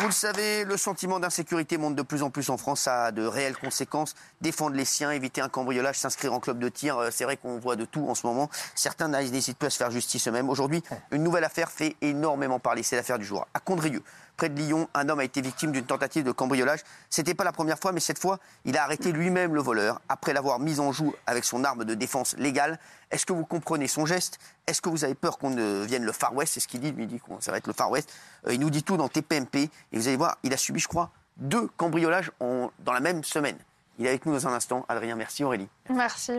Vous le savez, le sentiment d'insécurité monte de plus en plus en France. Ça a de réelles conséquences. Défendre les siens, éviter un cambriolage, s'inscrire en club de tir. C'est vrai qu'on voit de tout en ce moment. Certains n'hésitent plus à se faire justice eux-mêmes. Aujourd'hui, une nouvelle affaire fait énormément parler. C'est l'affaire du jour. À Condrieu, près de Lyon, un homme a été victime d'une tentative de cambriolage. C'était pas la première fois, mais cette fois, il a arrêté lui-même le voleur après l'avoir mis en joue avec son arme de défense légale. Est-ce que vous comprenez son geste? Est-ce que vous avez peur qu'on devienne le Far West? C'est ce qu'il dit. Il dit que ça va être le Far West. Il nous dit tout dans TPMP. Et vous allez voir, il a subi, je crois, 2 cambriolages dans la même semaine. Il est avec nous dans un instant. Adrien, merci. Aurélie. Merci.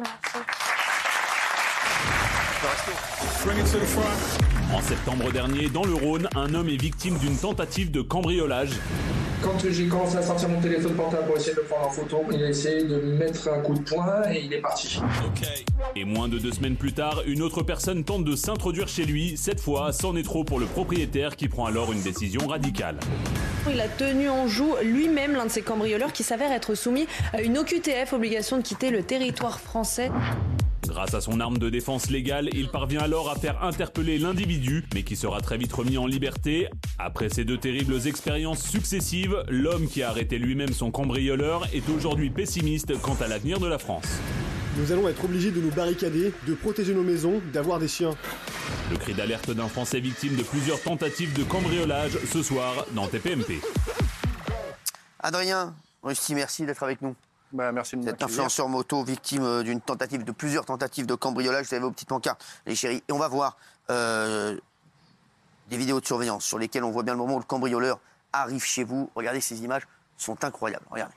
En septembre dernier, dans le Rhône, un homme est victime d'une tentative de cambriolage. Quand j'ai commencé à sortir mon téléphone portable pour essayer de le prendre en photo, il a essayé de me mettre un coup de poing et il est parti. Et moins de 2 semaines plus tard, une autre personne tente de s'introduire chez lui. Cette fois, c'en est trop pour le propriétaire qui prend alors une décision radicale. Il a tenu en joue lui-même l'un de ces cambrioleurs qui s'avère être soumis à une OQTF, obligation de quitter le territoire français. Grâce à son arme de défense légale, il parvient alors à faire interpeller l'individu, mais qui sera très vite remis en liberté. Après ces 2 terribles expériences successives, l'homme qui a arrêté lui-même son cambrioleur est aujourd'hui pessimiste quant à l'avenir de la France. Nous allons être obligés de nous barricader, de protéger nos maisons, d'avoir des chiens. Le cri d'alerte d'un Français victime de plusieurs tentatives de cambriolage ce soir dans TPMP. Adrien, Rusty, merci d'être avec nous. Merci de m'accueillir. Cet influenceur moto victime de plusieurs tentatives de cambriolage. Vous avez vos petites pancartes, les chéris. Et on va voir des vidéos de surveillance sur lesquelles on voit bien le moment où le cambrioleur arrive chez vous. Regardez, ces images sont incroyables. Regardez.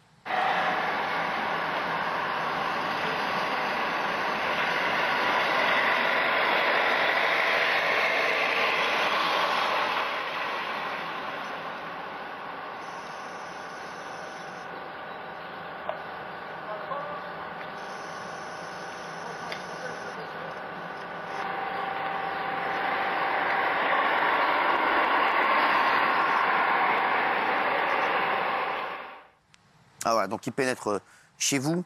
Ah voilà, donc il pénètre chez vous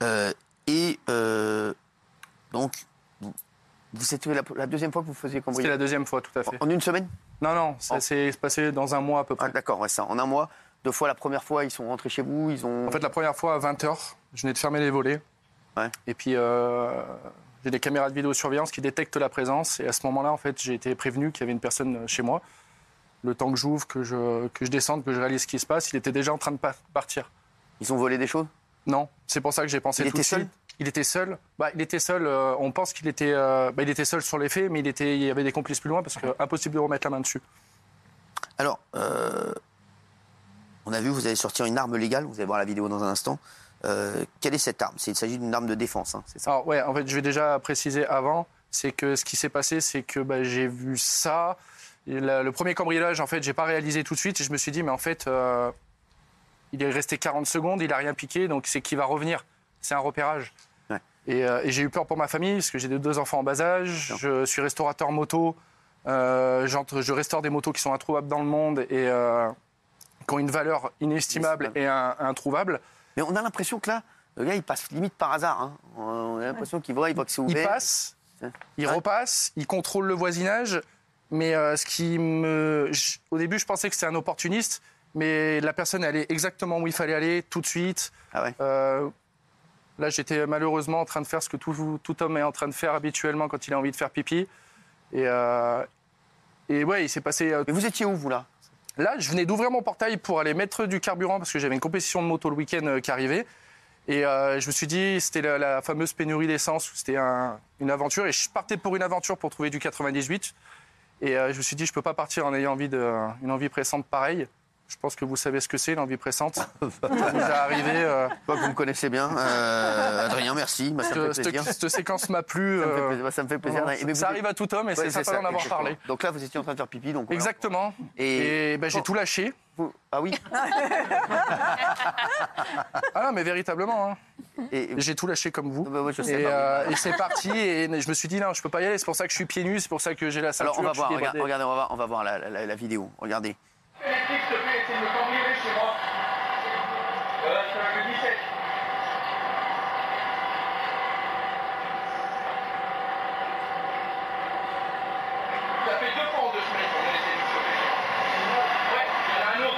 donc c'était la deuxième fois que vous faisiez cambrioler? C'était la deuxième fois, tout à fait. En une semaine? Non, ça s'est passé dans un mois à peu près. Ah, d'accord, ouais, ça, en un mois. 2 fois, la première fois, ils sont rentrés chez vous, En fait, la première fois à 20h, je venais de fermer les volets. Ouais. Et puis, j'ai des caméras de vidéosurveillance qui détectent la présence. Et à ce moment-là, en fait, j'ai été prévenu qu'il y avait une personne chez moi. Le temps que j'ouvre, que je descende, que je réalise ce qui se passe, il était déjà en train de partir. Ils ont volé des choses? Non, c'est pour ça que j'ai pensé tout de suite. Il était seul. Il était seul. On pense qu'il était, il était seul sur les faits, mais il y avait des complices plus loin parce que impossible de remettre la main dessus. Alors, on a vu, vous allez sortir une arme légale. Vous allez voir la vidéo dans un instant. Quelle est cette arme? Il s'agit d'une arme de défense, hein, c'est ça? Alors, ouais, en fait, je vais déjà préciser avant. C'est que ce qui s'est passé, c'est que j'ai vu ça. Le premier cambriolage, en fait, j'ai pas réalisé tout de suite. Et je me suis dit, mais en fait, il est resté 40 secondes, il a rien piqué, donc c'est qu'il va revenir. C'est un repérage. Ouais. Et j'ai eu peur pour ma famille, parce que j'ai 2 enfants en bas âge. Je suis restaurateur moto. Je restaure des motos qui sont introuvables dans le monde et qui ont une valeur inestimable et introuvable. Mais on a l'impression que là, le gars, il passe limite par hasard. Hein. On a l'impression qu'il voit que c'est ouvert. Il passe, il repasse, il contrôle le voisinage. Mais au début, je pensais que c'était un opportuniste. Mais la personne allait exactement où il fallait aller, tout de suite. Ah ouais. Là, j'étais malheureusement en train de faire ce que tout homme est en train de faire habituellement quand il a envie de faire pipi. Et ouais, il s'est passé... Mais vous étiez où, vous, là? Là, je venais d'ouvrir mon portail pour aller mettre du carburant parce que j'avais une compétition de moto le week-end qui arrivait. Et je me suis dit, c'était la fameuse pénurie d'essence, c'était une aventure. Et je partais pour une aventure pour trouver du 98. Et je me suis dit, je ne peux pas partir en ayant une envie pressante pareille. Je pense que vous savez ce que c'est, l'envie pressante. Ça vous est arrivé. Je crois que vous me connaissez bien. Adrien, merci. Ça me fait plaisir. Cette séquence m'a plu. Ça me fait plaisir. Ça arrive à tout homme et c'est sympa d'en avoir parlé. Donc là, vous étiez en train de faire pipi. Donc exactement. Et j'ai tout lâché. Ah oui. Ah non, mais véritablement. Hein. J'ai tout lâché comme vous. Et c'est parti. Et je me suis dit, non, je peux pas y aller. C'est pour ça que je suis pieds nus. C'est pour ça que j'ai la ceinture. Alors, on va voir. Regardez, on va voir la vidéo. Regardez. Électrique, s'il te plaît, essaye de me cambrioler chez moi. Je suis avec le 17. Ça fait 2 fois en 2 semaines qu'on a essayé de me choper. Ouais, il y en a un autre.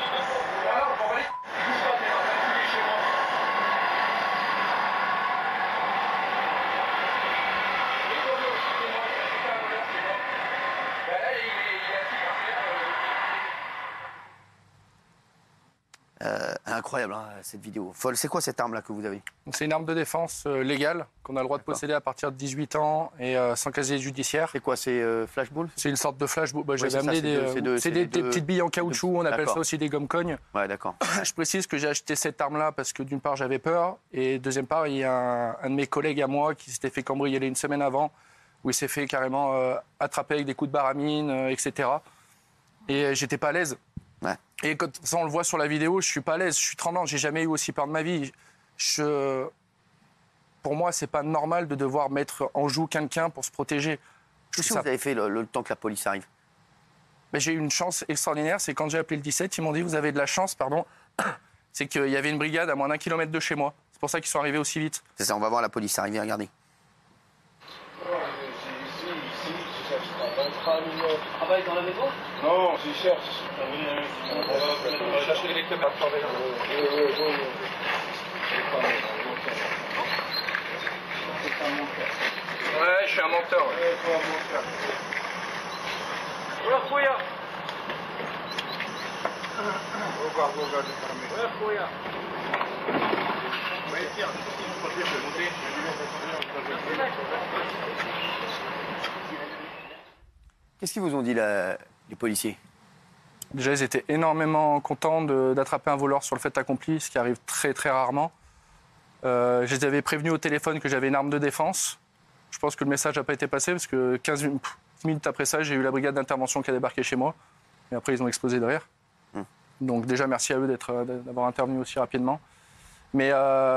incroyable, hein, cette vidéo. Folle. C'est quoi cette arme-là que vous avez? C'est une arme de défense légale qu'on a le droit de posséder à partir de 18 ans et sans casier judiciaire. C'est quoi? C'est flashball? C'est une sorte de flashball. J'avais c'est ça, amené c'est des deux- petites billes en caoutchouc, on appelle D'accord. ça aussi des gomme-cognes. Ouais, d'accord. Je précise que j'ai acheté cette arme-là parce que d'une part j'avais peur et deuxième part il y a un de mes collègues à moi qui s'était fait cambrioler une semaine avant où il s'est fait carrément attraper avec des coups de baramine, etc. Et j'étais pas à l'aise. Ouais. Et quand ça, on le voit sur la vidéo, je suis pas à l'aise, je suis tremblant, j'ai jamais eu aussi peur de ma vie. Pour moi, c'est pas normal de devoir mettre en joue quelqu'un pour se protéger. Qu'est-ce que Ça- vous avez fait le temps que la police arrive? Mais j'ai eu une chance extraordinaire, c'est quand j'ai appelé le 17, ils m'ont dit vous avez de la chance, pardon. C'est qu'il y avait une brigade à moins d'1 kilomètre de chez moi. C'est pour ça qu'ils sont arrivés aussi vite. C'est ça, on va voir la police arriver, regardez. Travaille dans la maison? Non, j'y cherche. On va chercher les caméras de surveillance. Ouais, je suis un menteur. Oula, Fouya! Qu'est-ce qu'ils vous ont dit, les policiers? Déjà, ils étaient énormément contents d'attraper un voleur sur le fait accompli, ce qui arrive très très rarement. Je les avais prévenus au téléphone que j'avais une arme de défense. Je pense que le message n'a pas été passé parce que 10 minutes après ça, j'ai eu la brigade d'intervention qui a débarqué chez moi. Et après, ils ont explosé derrière. Donc déjà, merci à eux d'avoir intervenu aussi rapidement. Mais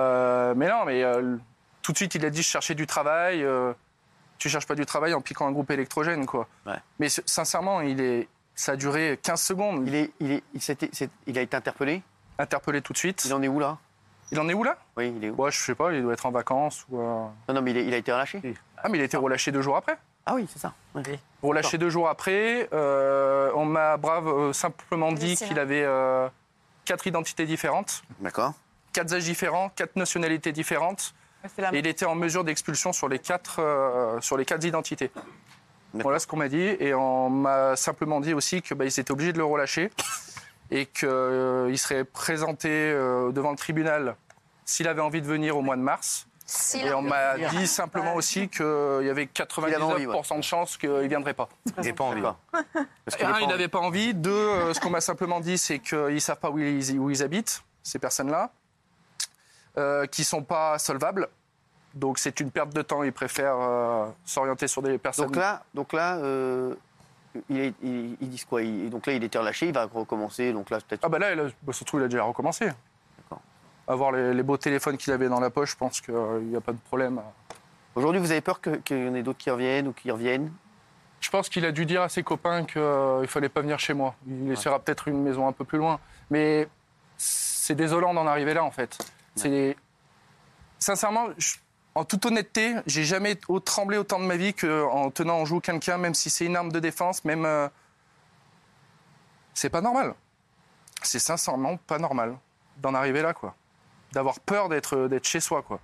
tout de suite, il a dit je cherchais du travail. Tu cherches pas du travail en piquant un groupe électrogène, quoi. Ouais. Mais sincèrement, ça a duré 15 secondes. Il a été interpellé? Interpellé tout de suite. Il en est où, là? Il en est où, là? Oui, il est où? Ouais, je sais pas, il doit être en vacances ou... Non, mais il a été relâché? Ah, mais il a été relâché 2 jours après. Ah oui, c'est ça. Ouais. Relâché 2 jours après, on m'a simplement dit qu'il avait 4 identités différentes, D'accord. 4 âges différents, 4 nationalités différentes. Et il était en mesure d'expulsion sur les 4 identités. Voilà ce qu'on m'a dit. Et on m'a simplement dit aussi qu'ils étaient obligés de le relâcher et qu'il serait présenté devant le tribunal s'il avait envie de venir au mois de mars. Et on m'a dit simplement aussi qu'il y avait 99% de chances qu'il ne viendrait pas. Il n'avait pas envie. Un, il n'avait pas envie. 2, ce qu'on m'a simplement dit, c'est qu'ils ne savent pas où ils habitent, ces personnes-là, qui ne sont pas solvables. Donc c'est une perte de temps. Ils préfèrent s'orienter sur des personnes... Donc là, ils disent quoi? Donc là, il était relâché, il va recommencer. Donc là, peut-être... Ah bah là, surtout, il a déjà recommencé. Avoir les beaux téléphones qu'il avait dans la poche, je pense qu'il n'y a pas de problème. Aujourd'hui, vous avez peur qu'il y en ait d'autres qui reviennent ou qui reviennent? Je pense qu'il a dû dire à ses copains qu'il ne fallait pas venir chez moi. Il essaiera peut-être une maison un peu plus loin. Mais c'est désolant d'en arriver là, en fait. Sincèrement, en toute honnêteté, j'ai jamais tremblé autant de ma vie qu'en tenant en joue quelqu'un, même si c'est une arme de défense, même... C'est pas normal. C'est sincèrement pas normal d'en arriver là, quoi. D'avoir peur d'être chez soi, quoi.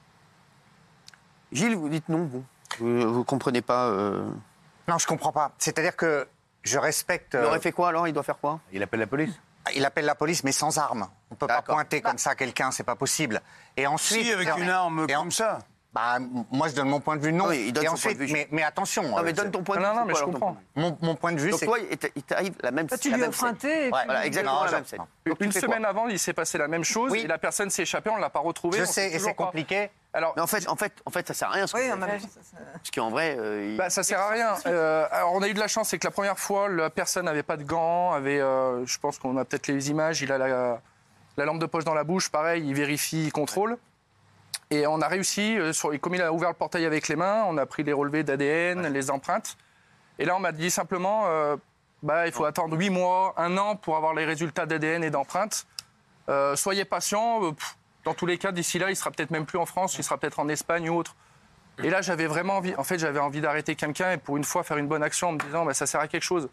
Gilles, vous dites non, vous comprenez pas... Non, je comprends pas. C'est-à-dire que je respecte... Il aurait fait quoi, alors? Il doit faire quoi? Il appelle la police. Il appelle la police, mais sans arme. On peut pas D'accord. pointer comme ça quelqu'un, c'est pas possible. Et ensuite... Si, avec une arme comme ça. Bah, moi, je donne mon point de vue, non. Oui, il donne et son ensuite, point de vue. mais attention... Non, mais donne ton point de vue. Non, c'est mais quoi, je alors, ton comprends. point de vue? Mon point de vue, Donc c'est... toi, il t'arrive la même Tu la lui as même scène. emprunté. Ouais. Voilà, exactement Non, la je- même scène. non. Donc, tu Une fais semaine quoi? avant, il s'est passé la même chose Oui. et la personne s'est échappée, on ne l'a pas retrouvée. Je on sais, sait et toujours c'est pas. compliqué. Alors, Mais en fait, ça sert à rien. Ce que Oui, vous en avez même fait. temps, Parce qu'en vrai, ça sert à rien. Alors, on a eu de la chance, c'est que la première fois, la personne n'avait pas de gants, je pense qu'on a peut-être les images, il a la lampe de poche dans la bouche, pareil, il vérifie, il contrôle. Et on a réussi, comme il a ouvert le portail avec les mains, on a pris les relevés d'ADN, les empreintes. Et là, on m'a dit simplement, il faut attendre 8 mois, 1 an pour avoir les résultats d'ADN et d'empreintes. Soyez patient. Dans tous les cas, d'ici là, il sera peut-être même plus en France, il sera peut-être en Espagne ou autre. Et là, j'avais vraiment envie, j'avais envie d'arrêter quelqu'un et pour une fois faire une bonne action en me disant, ça sert à quelque chose.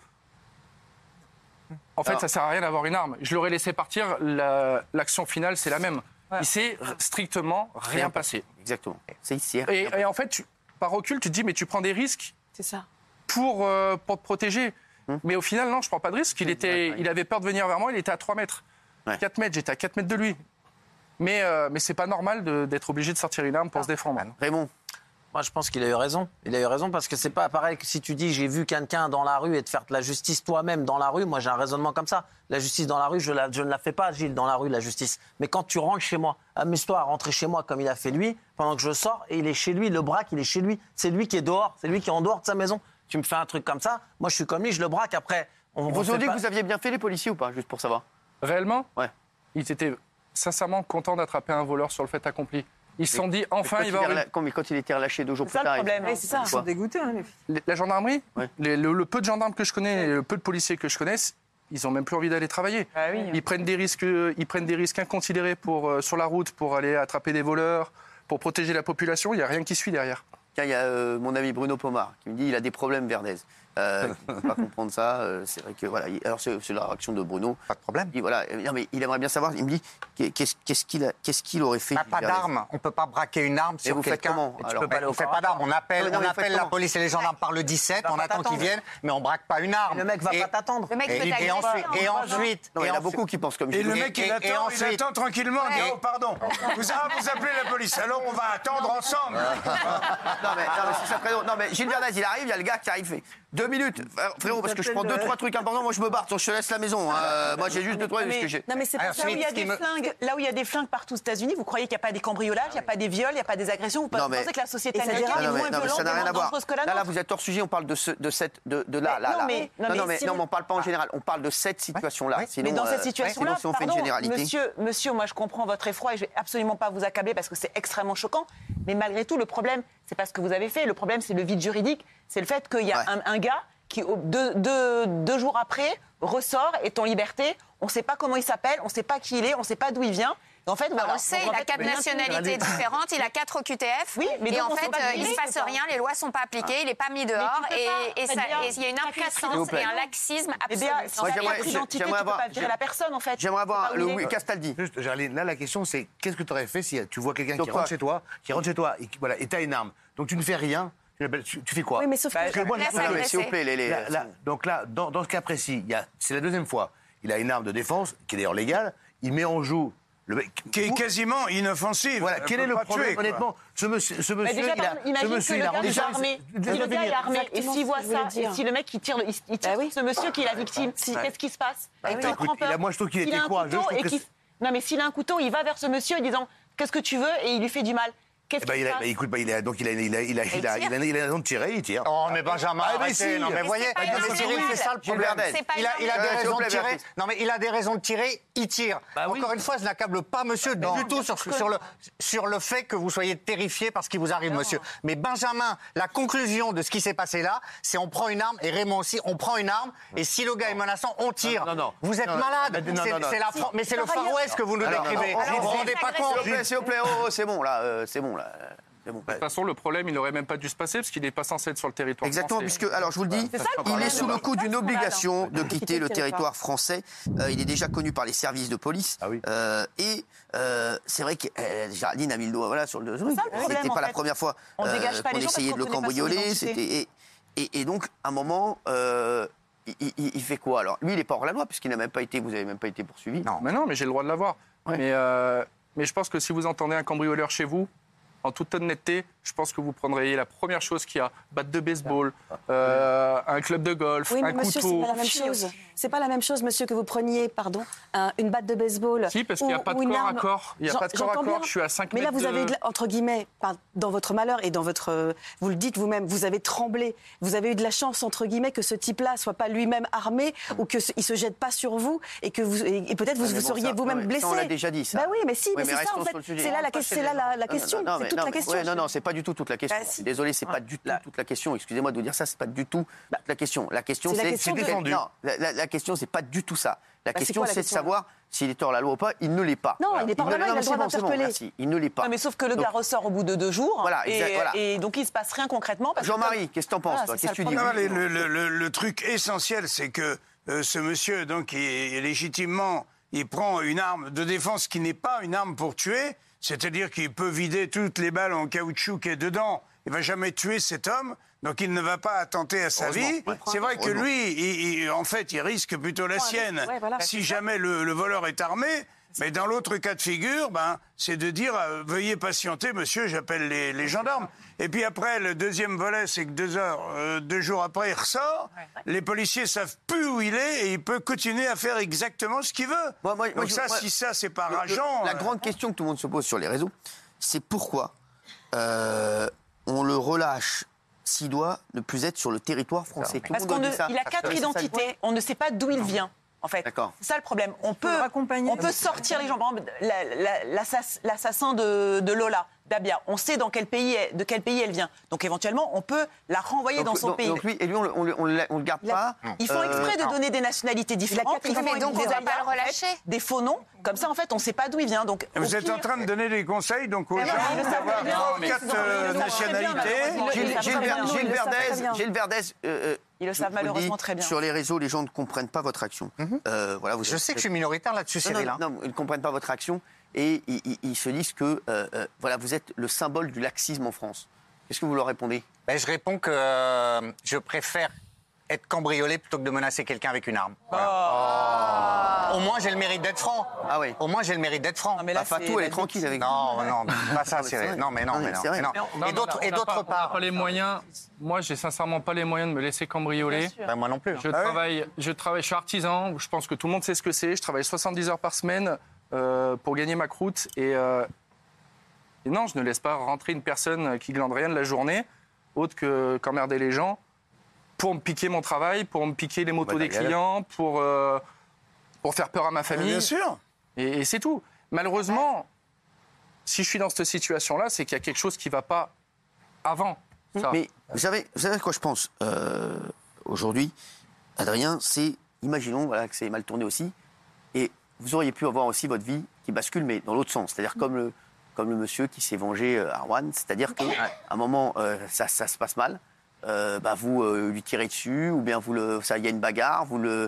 En fait, ça sert à rien d'avoir une arme. Je l'aurais laissé partir, l'action finale, c'est la même. Il s'est strictement rien passé. Exactement. C'est ici. Et en fait, par recul, tu te dis, mais tu prends des risques C'est ça. pour te protéger. Mais au final, non, je prends pas de risque. Il avait peur de venir vers moi, il était à 3 mètres. Ouais. 4 mètres, j'étais à 4 mètres de lui. Mais c'est pas normal d'être obligé de sortir une arme pour se défendre. Raymond. Moi, je pense qu'il a eu raison. Il a eu raison parce que c'est pas pareil que si tu dis j'ai vu quelqu'un dans la rue et de faire de la justice toi-même dans la rue. Moi, j'ai un raisonnement comme ça. La justice dans la rue, je ne la fais pas, Gilles, dans la rue, la justice. Mais quand tu rentres chez moi, amuse-toi à rentrer chez moi comme il a fait lui, pendant que je sors, et il est chez lui, le braque, il est chez lui. C'est lui qui est dehors, c'est lui qui est en dehors de sa maison. Tu me fais un truc comme ça, moi, je suis comme lui, je le braque. Après, Vous ont dit que vous aviez bien fait les policiers ou pas, juste pour savoir? Réellement, Ouais. ils étaient sincèrement contents d'attraper un voleur sur le fait accompli. Ils se sont dit, enfin, il va... Mais quand il était relâché 2 jours plus C'est ça tard... le problème. Ouais, c'est ça. Ils sont dégoûtés. Hein, les filles. La gendarmerie, Ouais. le peu de gendarmes que je connais, et le peu de policiers que je connais, ils n'ont même plus envie d'aller travailler. Ah oui. Ils prennent des risques inconsidérés sur la route pour aller attraper des voleurs, pour protéger la population. Il n'y a rien qui suit derrière. Tiens, il y a mon ami Bruno Pomar qui me dit qu'il a des problèmes Verdez. Qui ne peut pas comprendre ça. C'est vrai que voilà. Alors c'est la réaction de Bruno. Pas de problème. Voilà. Non, mais il aimerait bien savoir. Il me dit qu'est-ce qu'il aurait fait. On n'a pas d'arme. On ne peut pas braquer une arme sur vous faites quelqu'un. comment, alors? On ne fait pas d'arme. On appelle, Non, mais on vous faites appelle la comment? police et les gendarmes par le 17. va On pas attend qu'ils t'attendre. viennent, mais on braque pas une arme. Le mec va pas t'attendre. Le mec peut Et t'agresser. ensuite. Non, il y en a beaucoup qui pensent comme Et le Gilles. mec, il et attend, il ensuite- attend tranquillement. Il dit, oh, pardon. Vous appelez la police. Alors, on va attendre ensemble. Non mais c'est ça, frérot. Non mais Gilles Verdez, il arrive, il y a le gars qui arrive, fait 2 minutes. Frérot, parce que je prends 2-3 trucs importants, moi je me barre, je te laisse la maison. Moi j'ai juste 2-3 parce que j'ai... Non mais c'est pas Ensuite, là où il y a ce qui des me- flingues. Là où il y a des flingues partout aux États-Unis, vous croyez qu'il n'y a pas des cambriolages, il n'y a pas des viols, il n'y a pas des agressions? Vous Non, mais- pensez que la société Et ça américaine dérape. est Non, moins mais violente ça n'a et rien moins à voir. dangereuse que la Là, nôtre? vous êtes hors sujet, on parle de là. Non, mais si- on parle pas en général, on parle de cette situation-là. Ouais. Sinon, Mais dans cette situation-là, sinon, si on fait une pardon, généralité... monsieur, moi je comprends votre effroi et je vais absolument pas vous accabler parce que c'est extrêmement choquant. Mais malgré tout, le problème, c'est pas ce que vous avez fait. Le problème, c'est le vide juridique. C'est le fait qu'il y a Ouais. un gars qui, deux jours après, ressort, est en liberté. On ne sait pas comment il s'appelle, on ne sait pas qui il est, on ne sait pas d'où il vient. Et en fait, On voilà. le sait, Donc, il en a fait, 4 nationalités différentes, il a 4 OQTF. Oui, mais et donc en on sait fait, pas qui il ne il se est, passe c'est ça. rien, les lois ne sont pas appliquées, il n'est pas mis dehors. tu peux pas, Et Fabien. il y a une T'as impuissance S'il vous plaît. et un laxisme Eh absolu. bien, Moi, si t'as j'aimerais- une identité, tu j'aimerais ne peux avoir- pas virer la personne, en fait. J'aimerais avoir C'est pas où il Louis est. Castaldi. Juste, Gerline, là, la question, c'est qu'est-ce que tu aurais fait si tu vois quelqu'un Donc qui quoi rentre chez toi, et et tu as une arme. Donc tu ne fais rien, tu fais quoi? Oui, mais sauf que... Parce que moi, Laisse je trouve que- agresser. S'il vous plaît, donc là, dans ce cas précis, c'est la deuxième fois. Il a une arme de défense, qui est d'ailleurs légale. Il met en joue le mec. Qui est quasiment inoffensive. Voilà, Elle quel peut est le pas problème, tuer, quoi. honnêtement? Ce monsieur, Mais déjà, il a. imagine Ce que monsieur, le il a gars est déjà. armé. Si le gars est armé, et Exactement s'il ce voit que je voulais ça, et dire. si le mec il tire ce monsieur qui est la victime, qu'est-ce qui se passe? Bah, Il écoute, prend peur. moi, je trouve qu'il S'il a était un courageux, couteau je trouve et que qu'il- Non, mais s'il a un couteau, il va vers ce monsieur en disant qu'est-ce que tu veux et il lui fait du mal. Qu'est-ce qui se passe? Écoute, il a raison de tirer, il tire. Oh, mais Benjamin, Ah, mais arrêtez. si. Non, mais Mais voyez, c'est pas une arme Cyril, légale. c'est ça le problème. C'est pas une Il a arme des légale. raisons S'il vous de plaît, tirer. Béatrice. Non, mais il a des raisons de tirer, il tire. Encore une fois, je n'accable pas monsieur du tout sur le fait que vous soyez terrifié par ce qui vous arrive, monsieur. Mais Benjamin, la conclusion de ce qui s'est passé là, c'est on prend une arme, et Raymond aussi, on prend une arme, et si le gars est menaçant, on tire. Non. Vous êtes malade. Mais c'est le Far West que vous nous décrivez. Vous vous rendez pas compte. S'il vous plaît, c'est bon là, c'est bon là. De toute façon, le problème, il n'aurait même pas dû se passer parce qu'il n'est pas censé être sur le territoire Exactement, français. puisque, alors je vous le dis, C'est ça, le il problème. est sous le coup d'une obligation de Quitter quitter le le territoire français. Il est déjà connu par les services de police. Ah oui. C'est vrai que Géraldine a mis le doigt sur le truc. ça, le problème, C'était en pas la fait. première fois On dégage pas qu'on les gens parce essayait qu'on de le connaît pas son cambrioler. identité. Et donc, à un moment, il fait quoi alors? Lui, il n'est pas hors la loi, puisqu'il n'a même pas été, vous n'avez même pas été poursuivi. Non. Mais non, mais j'ai le droit de l'avoir. Ouais. Mais je pense que si vous entendez un cambrioleur chez vous, en toute honnêteté, je pense que vous prendriez la première chose qu'il y a, batte de baseball, un club de golf, Oui, mais un monsieur, c'est couteau. pas la même chose. C'est pas la même chose, monsieur, que vous preniez, une batte de baseball. Si, parce qu'il n'y a pas de ou une corps à arme. corps. Il n'y a pas de corps à J'entends corps. bien. Je suis à 5 Mais mètres là, vous avez, entre guillemets, dans votre malheur et dans votre... vous le dites vous-même, vous avez tremblé. Vous avez eu de la chance, entre guillemets, que ce type-là soit pas lui-même armé ou qu'il ne se jette pas sur vous et que et peut-être vous mais bon, seriez ça, vous-même non, mais blessé. ça, on l'a déjà dit, ça. Bah oui, mais si, Oui, mais mais c'est ça, restons en fait. sur le sujet. C'est là la question. Non, C'est mais- toute non, la question. ouais, non, c'est pas du tout toute la question. Bah, si. Désolé, c'est pas du tout toute la question. Excusez-moi de vous dire ça, c'est pas du tout toute la question. La question, C'est la c'est question de- défendu. Non, la question, c'est pas du tout ça. La Bah, c'est question, quoi la c'est de question, savoir s'il est hors la loi ou pas. Il ne l'est pas. Non, il n'est pas hors la loi, il a le droit c'est bon, d'interpeller. merci. Il ne l'est pas. Non, mais sauf que le gars ressort au bout de 2 jours. Voilà, exact, voilà. Et donc il se passe rien concrètement. parce que Jean-Marie, qu'est-ce que t'en penses, Voilà, toi? c'est Qu'est-ce que ça, tu dis? le Non, le truc essentiel, c'est que ce monsieur, donc, légitimement, il prend une arme de défense qui n'est pas une arme pour tuer, c'est-à-dire qu'il peut vider toutes les balles en caoutchouc qui est dedans il va jamais tuer cet homme, donc il ne va pas attenter à sa vie. C'est vrai que lui, en fait, il risque plutôt la sienne. Si jamais le voleur est armé. Mais dans l'autre cas de figure, c'est de dire veuillez patienter, monsieur, j'appelle les gendarmes. Et puis après, le deuxième volet, c'est que 2 jours après, il ressort. Les policiers savent plus où il est et il peut continuer à faire exactement ce qu'il veut. Donc si ça, c'est pas rageant. La grande question que tout le monde se pose sur les réseaux, c'est pourquoi on le relâche s'il doit ne plus être sur le territoire français. Parce qu'il a 4 identités, on ne sait pas d'où il vient. En fait, c'est ça le problème. On peut sortir les gens. Par exemple, l'assassin de Lola, Dabia, on sait de quel pays elle vient. Donc éventuellement, on peut la renvoyer dans son pays. Donc lui, on le garde pas. Ils font exprès de donner des nationalités différentes. Ils font donc on va pas le relâcher. Des faux noms. Comme ça, en fait, on ne sait pas d'où il vient. Donc, vous êtes en train de donner des conseils donc aux gens d'avoir 4 nationalités. Gilles Verdez. Ils le savent malheureusement très bien. Sur les réseaux, les gens ne comprennent pas votre action. Je sais que je suis minoritaire là-dessus, Cyril. Non, ils ne comprennent pas votre action et ils se disent que vous êtes le symbole du laxisme en France. Qu'est-ce que vous leur répondez ? Je réponds que je préfère être cambriolé plutôt que de menacer quelqu'un avec une arme. Au moins, j'ai le mérite d'être franc. Ah oui. Au moins, j'ai le mérite d'être franc. Fatou, elle est tranquille avec vous. Non, pas ça, Cyril. Non. Et d'autre part... Pas les moyens. Moi, j'ai sincèrement pas les moyens de me laisser cambrioler. Moi non plus. Je travaille, je suis artisan. Je pense que tout le monde sait ce que c'est. Je travaille 70 heures par semaine pour gagner ma croûte. Et non, je ne laisse pas rentrer une personne qui glande rien de la journée, autre qu'emmerder les gens, pour me piquer mon travail, pour me piquer les motos des clients, pour faire peur à ma famille. Bien sûr. Et c'est tout. Malheureusement, si je suis dans cette situation-là, c'est qu'il y a quelque chose qui ne va pas avant. Ça. Mais vous savez quoi je pense aujourd'hui, Adrien, c'est, imaginons que c'est mal tourné aussi, et vous auriez pu avoir aussi votre vie qui bascule, mais dans l'autre sens. C'est-à-dire comme le monsieur qui s'est vengé à Rouen, c'est-à-dire qu'à un moment, ça se passe mal. Vous lui tirez dessus, ou bien il y a une bagarre, vous le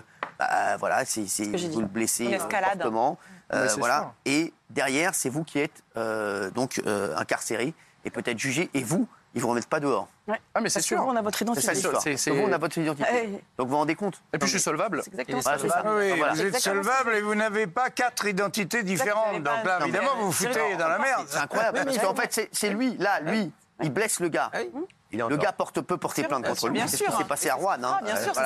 blessez fortement, et derrière c'est vous qui êtes incarcéré et peut-être jugé, et vous, ils vous remettent pas dehors. Ouais. Ah mais c'est sûr. Vous, on a votre identité. Vous, on a votre identité. Donc vous vous rendez compte. Et puis je suis solvable. C'est exactement ça. Vous êtes solvable et vous n'avez pas 4 identités différentes. Donc là, évidemment, vous vous foutez dans la merde. C'est incroyable parce qu'en fait, c'est lui, il blesse le gars. Le gars peut porter plainte contre lui. C'est ce qui s'est passé à Rouen. Bien sûr,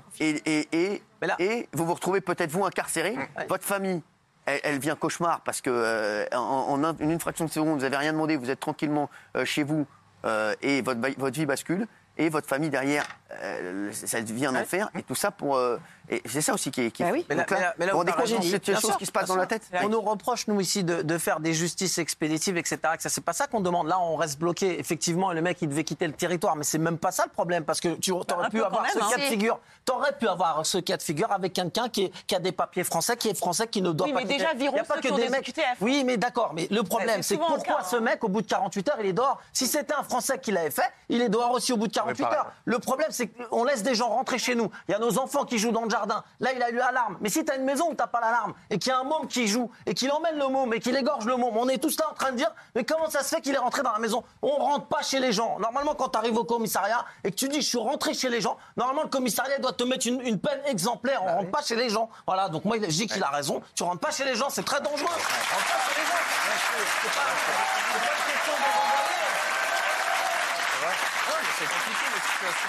et vous vous retrouvez peut-être vous incarcéré. Votre famille, elle vient cauchemar parce que en une fraction de seconde, vous n'avez rien demandé, vous êtes tranquillement chez vous et votre vie bascule. Et votre famille derrière, ça devient un enfer. Et tout ça pour... et c'est ça aussi qui est... Mais là, vous vous rendez compte de cette chose qui se passe dans la tête. On nous reproche, nous, ici, de faire des justices expéditives, etc. Que c'est pas ça qu'on demande. Là, on reste bloqué. Effectivement, le mec, il devait quitter le territoire. Mais c'est même pas ça le problème. Parce que tu aurais pu avoir ce cas de figure. T'aurais pu avoir ce cas de figure avec quelqu'un qui a des papiers français, qui est français, qui ne doit pas quitter. Oui, mais déjà, virons ceux qui ont des QTF. Oui, mais d'accord. Mais le problème, c'est pourquoi ce mec, au bout de 48 heures, il est dehors. Si c'était un Français qui l'avait fait, il est dehors aussi au bout de 48 heures. Le problème, c'est qu'on laisse des gens rentrer chez nous. Il y a nos enfants qui jouent dans le jardin. Là, il a eu l'alarme. Mais si tu as une maison où tu n'as pas l'alarme et qu'il y a un môme qui joue et qu'il emmène le môme et qu'il égorge le môme, on est tous là en train de dire mais comment ça se fait qu'il est rentré dans la maison? On rentre pas chez les gens. Normalement, quand tu arrives au commissariat et que tu dis je suis rentré chez les gens, normalement, le commissariat doit te mettre une peine exemplaire. On rentre pas chez les gens. Voilà, donc moi, je dis qu'il a raison. Tu rentres pas chez les gens, c'est très dangereux. On rentre pas chez les gens. C'est pas une question de renvoyer. C'est compliqué la situation.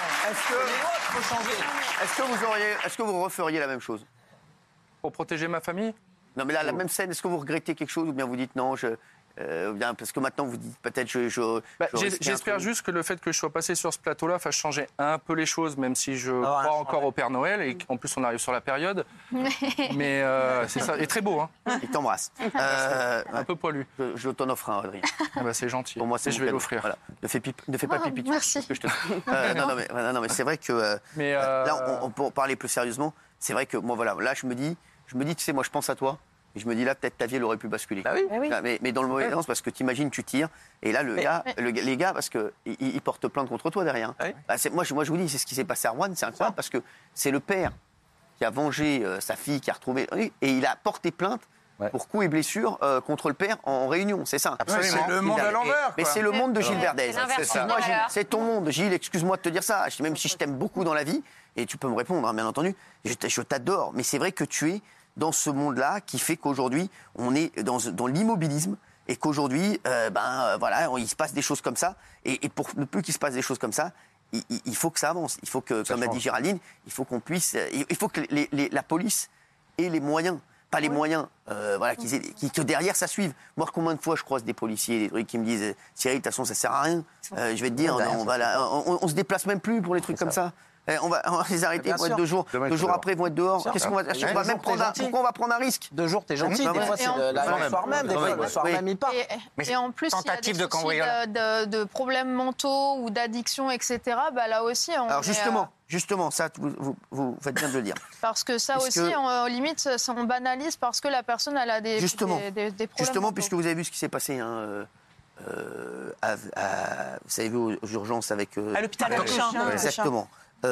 Est-ce que vous referiez la même chose? Pour protéger ma famille? Non, mais là, la même scène, est-ce que vous regrettez quelque chose ou bien vous dites non, parce que maintenant vous dites peut-être j'espère juste que le fait que je sois passé sur ce plateau-là fasse changer un peu les choses, même si je crois encore au Père Noël et qu'en plus on arrive sur la période. Mais c'est ça, et très beau, hein. Il t'embrasse. Un peu poilu. Je t'en offre un, Adrien. C'est gentil. Pour moi, je vais l'offrir. Voilà. Ne fais pas pipi. Merci. Non, mais c'est vrai que là, on peut parler plus sérieusement. C'est vrai que moi, voilà, là, je me dis, tu sais, moi, je pense à toi. Et je me dis là, peut-être ta vie, elle aurait pu basculer. Bah oui. Mais dans le mauvais sens, parce que t'imagines, tu tires, et là, les gars, parce qu'ils portent plainte contre toi derrière. Moi, je vous dis, c'est ce qui s'est passé à Rouen, c'est incroyable, parce que c'est le père qui a vengé sa fille, qui a retrouvé, et il a porté plainte pour coups et blessures contre le père en réunion. C'est ça. Absolument. C'est le monde à l'envers. Mais c'est le monde de Gilles Verdez. Excuse-moi, Gilles, c'est ton monde. Gilles, excuse-moi de te dire ça. Même si je t'aime beaucoup dans la vie, et tu peux me répondre, bien entendu, je t'adore. Mais c'est vrai que tu es dans ce monde-là qui fait qu'aujourd'hui, on est dans l'immobilisme. Et qu'aujourd'hui, voilà, il se passe des choses comme ça. Et pour le peu qu'il se passe des choses comme ça, il faut que ça avance. Il faut que, comme a dit Géraldine, il faut qu'on puisse. Il faut que la police ait les moyens. Pas les moyens, voilà, que derrière ça suive. Moi, combien de fois je croise des policiers, des trucs qui me disent Cyril, de toute façon, ça sert à rien. Je vais te dire, on se déplace même plus pour les trucs comme ça. On va les arrêter, ils vont être 2 jours. 2 jours après, ils vont être dehors. Qu'est-ce qu'on va même prendre pourquoi on va prendre un risque? 2 jours, t'es gentil. Des fois, c'est le soir même. Des fois, le soir même, il part. Et en plus, il y a des soucis de problèmes mentaux ou d'addiction, etc. Bah, là aussi, alors justement, ça, vous faites bien de le dire. Parce que ça aussi, limite, on banalise parce que la personne, elle a des problèmes. Justement, puisque vous avez vu ce qui s'est passé, vous avez vu aux urgences avec... à l'hôpital Cochin. Exactement.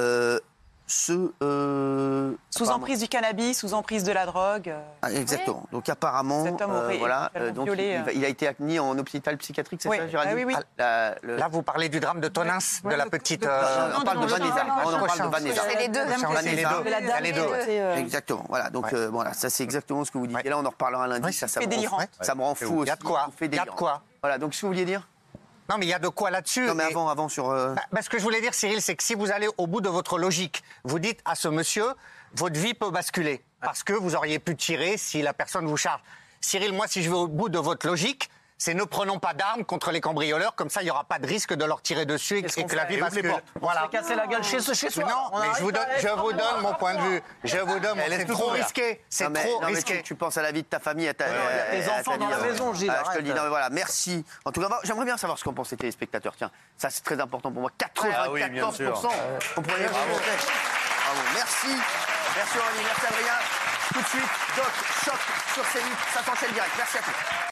Sous emprise du cannabis, sous emprise de la drogue. Exactement. Oui. Donc apparemment, voilà, donc il a été admis en hôpital psychiatrique, c'est ça, Géraldine? Oui. Là, vous parlez du drame de Tonins, de la petite. On parle de Vanessa. On parle de Vanessa. C'est les deux. Les deux. Exactement. Voilà. Donc voilà, ça c'est exactement ce que vous dites. Et là, on en reparlera lundi. Ça me rend fou aussi. Il y a de quoi. Voilà. Donc ce que vous vouliez dire? Non, mais il y a de quoi là-dessus. Non, mais avant sur... ce que je voulais dire, Cyril, c'est que si vous allez au bout de votre logique, vous dites à ce monsieur, votre vie peut basculer. Parce que vous auriez pu tirer si la personne vous charge. Cyril, moi, si je vais au bout de votre logique, c'est ne prenons pas d'armes contre les cambrioleurs, comme ça, il n'y aura pas de risque de leur tirer dessus et que la vie bascule. Voilà. Casser la gueule chez soi. Non, mais je vous donne mon point de vue. C'est trop risqué. C'est trop risqué. Tu penses à la vie de ta famille, à tes enfants dans la maison, Gilles. Je te le dis, non, mais voilà, merci. En tout cas, j'aimerais bien savoir ce qu'en pensent les téléspectateurs. Tiens, ça c'est très important pour moi. 94%. Comprenez-vous? Bravo, merci. Merci Aurélie, merci Adrien. Tout de suite, Doc, choc sur C8, ça s'enchaîne direct. Merci à tous.